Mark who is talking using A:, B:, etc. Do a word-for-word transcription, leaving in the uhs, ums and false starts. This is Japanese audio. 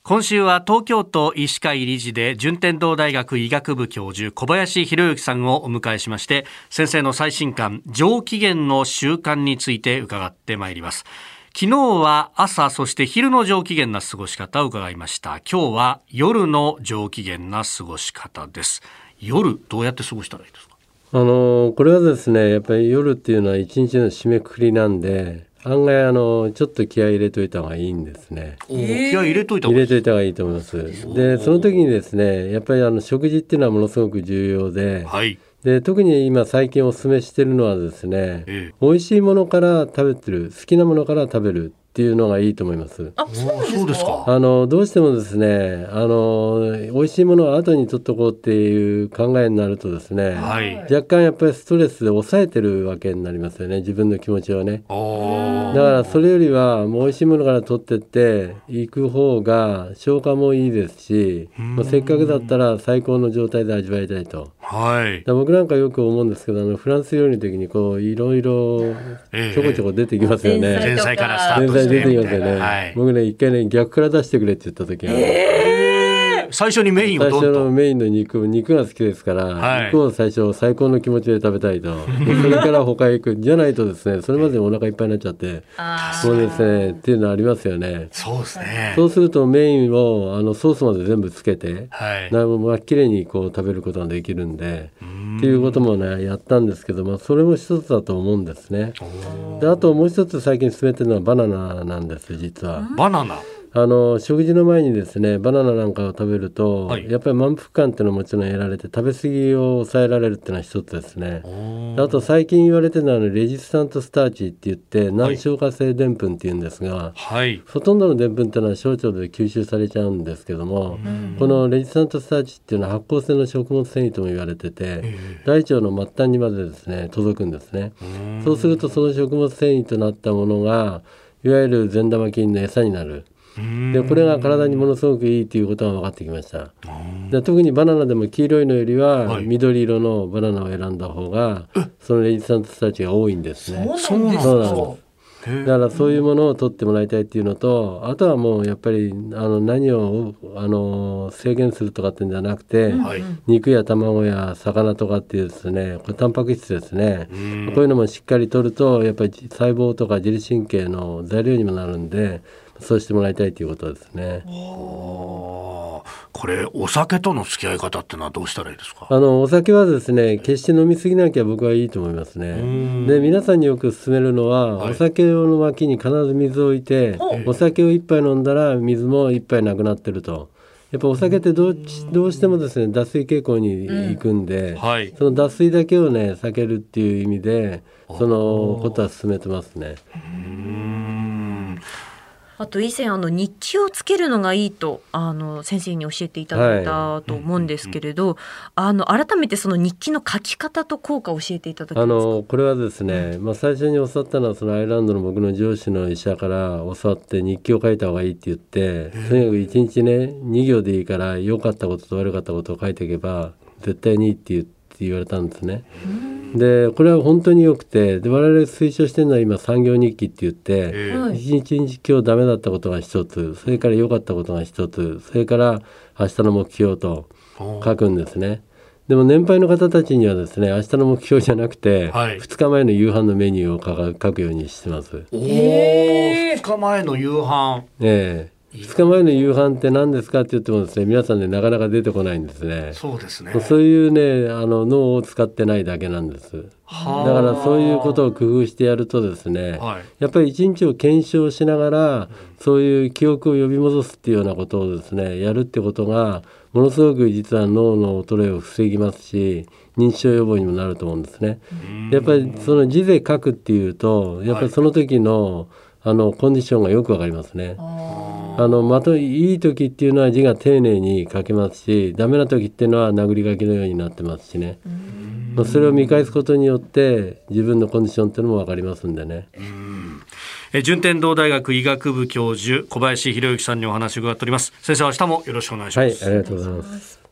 A: 今週は東京都医師会理事で順天堂大学医学部教授小林弘之さんをお迎えしまして、先生の最新刊上機嫌の習慣について伺ってまいります。昨日は朝そして昼の上機嫌な過ごし方を伺いました。今日は夜の上機嫌な過ごし方です。夜どうやって過ごしたらいいですか？
B: あのこれはですね、やっぱり夜っていうのは一日の締めくくりなんで、案外あのちょっと気合い入れといた方がいいんですね。
A: おー、気合い入れといた方がいい。
B: 入れといた方がいいと思います。でその時にですね、やっぱりあの食事っていうのはものすごく重要で、
A: はい、
B: で特に今最近お勧めしてるのはですね、
A: ええ、
B: 美味しいものから食べてる、好きなものから食べるっていうのがいいと思います。
C: あ、そうなんですか？
A: そうですか。
B: あのどうしてもですね、あの美味しいものは後に取っとこうっていう考えになるとですね、
A: はい、
B: 若干やっぱりストレスで抑えてるわけになりますよね、自分の気持ちをね。
A: おー、
B: だからそれよりはもう美味しいものから取ってっていく方が消化もいいですし、まあ、せっかくだったら最高の状態で味わいたいと。
A: はい、
B: だから僕なんかよく思うんですけど、あのフランス料理の時にこういろいろちょこちょこ出てきますよね。
A: 前菜からスタートして
B: 前菜出てきますよね、
A: はい、
B: 僕ね一回ね逆から出してくれって言った時は、
A: えー、最初にメインを
B: 最
A: どんと
B: 初のメインの肉肉が好きですから、
A: はい、
B: 肉を最初最高の気持ちで食べたいとでそれから他へ行くじゃないとですね、それまでお腹いっぱいになっちゃってそうですねっていうのありますよね。
A: そうですね。
B: そうするとメインをあのソースまで全部つけて、
A: はい、
B: なまあ綺麗にこう食べることができるんでっていうこともねやったんですけど、まあ、それも一つだと思うんですね。であともう一つ最近進めてるのはバナナなんです実は。
A: バナナ、
B: あの食事の前にですねバナナなんかを食べると、
A: はい、
B: やっぱり満腹感っていうのはもちろん得られて食べ過ぎを抑えられるっていうのは一つですね。あと最近言われてるのはレジスタントスターチって言って難消化性でんぷんっていうんですが、
A: はい、
B: ほとんどのでんぷんっていうのは小腸で吸収されちゃうんですけども、このレジスタントスターチっていうのは発酵性の食物繊維とも言われてて、大腸の末端にまでですね届くんですね。そうするとその食物繊維となったものがいわゆる善玉菌の餌になる。でこれが体にものすごくいいということが分かってきました。で特にバナナでも黄色いのよりは緑色のバナナを選んだ方が、はい、そのレジスタントスターチが多いんですね。
C: そうなんですか。
B: だからそういうものを取ってもらいたいっていうのと、あとはもうやっぱりあの何をあの制限するとかっていうんじゃなくて、はい、肉や卵や魚とかっていうですね、これタンパク質ですね、こういうのもしっかり取るとやっぱり細胞とか自律神経の材料にもなるんで、そうしてもらいたいということですね。
A: これお酒との付き合い方ってのはどうしたらいいですか？
B: あのお酒はですね決して飲みすぎなきゃ僕はいいと思いますね。で皆さんによく勧めるのは、はい、お酒の脇に必ず水を置いて、お酒を一杯飲んだら水も一杯なくなってると。やっぱお酒ってどう、どうしてもですね脱水傾向に行くんで、うんはい、その脱水だけをね避けるっていう意味でそのことは進めてますね。
A: うーん、
C: あと以前あの日記をつけるのがいいとあの先生に教えていただいたと思うんですけれど、はい、あの改めてその日記の書き方と効果を教えていただけますか？
B: あのこれはですね、まあ、最初に教わったのはそのアイルランドの僕の上司の医者から教わって日記を書いた方がいいって言って、とにかくいちにちねに行でいいから良かったことと悪かったことを書いていけば絶対にいいって言って言われたんですね。でこれは本当に良くて、で我々推奨してるのは今産業日記って言って一日一日今日ダメだったことが一つ、それから良かったことが一つ、それから明日の目標と書くんですね。でも年配の方たちにはですね明日の目標じゃなくて、はい、ふつかまえの夕飯のメニューを書くようにしてます。
A: おー、ふつかまえの夕飯、
B: ええふつかまえの夕飯って何ですかって言ってもですね皆さんねなかなか出てこないんですね。
A: そうですね。
B: そういうねあの脳を使ってないだけなんです。だからそういうことを工夫してやるとですね、はい、やっぱり一日を検証しながらそういう記憶を呼び戻すっていうようなことをですねやるってことがものすごく実は脳の衰えを防ぎますし認知症予防にもなると思うんですね。やっぱりその字で書くっていうとやっぱりその時の、はいあのコンディションがよくわかりますね。あのまたいい時っていうのは字が丁寧に書けますし、ダメな時っていうのは殴り書きのようになってますしね。まあ、それを見返すことによって自分のコンディションっていうのもわかりますんでね。
A: うんえ順天堂大学医学部教授小林弘之さんにお話を伺っております。先生、明日もよろしくお願いします。
B: はい、ありがとうございます。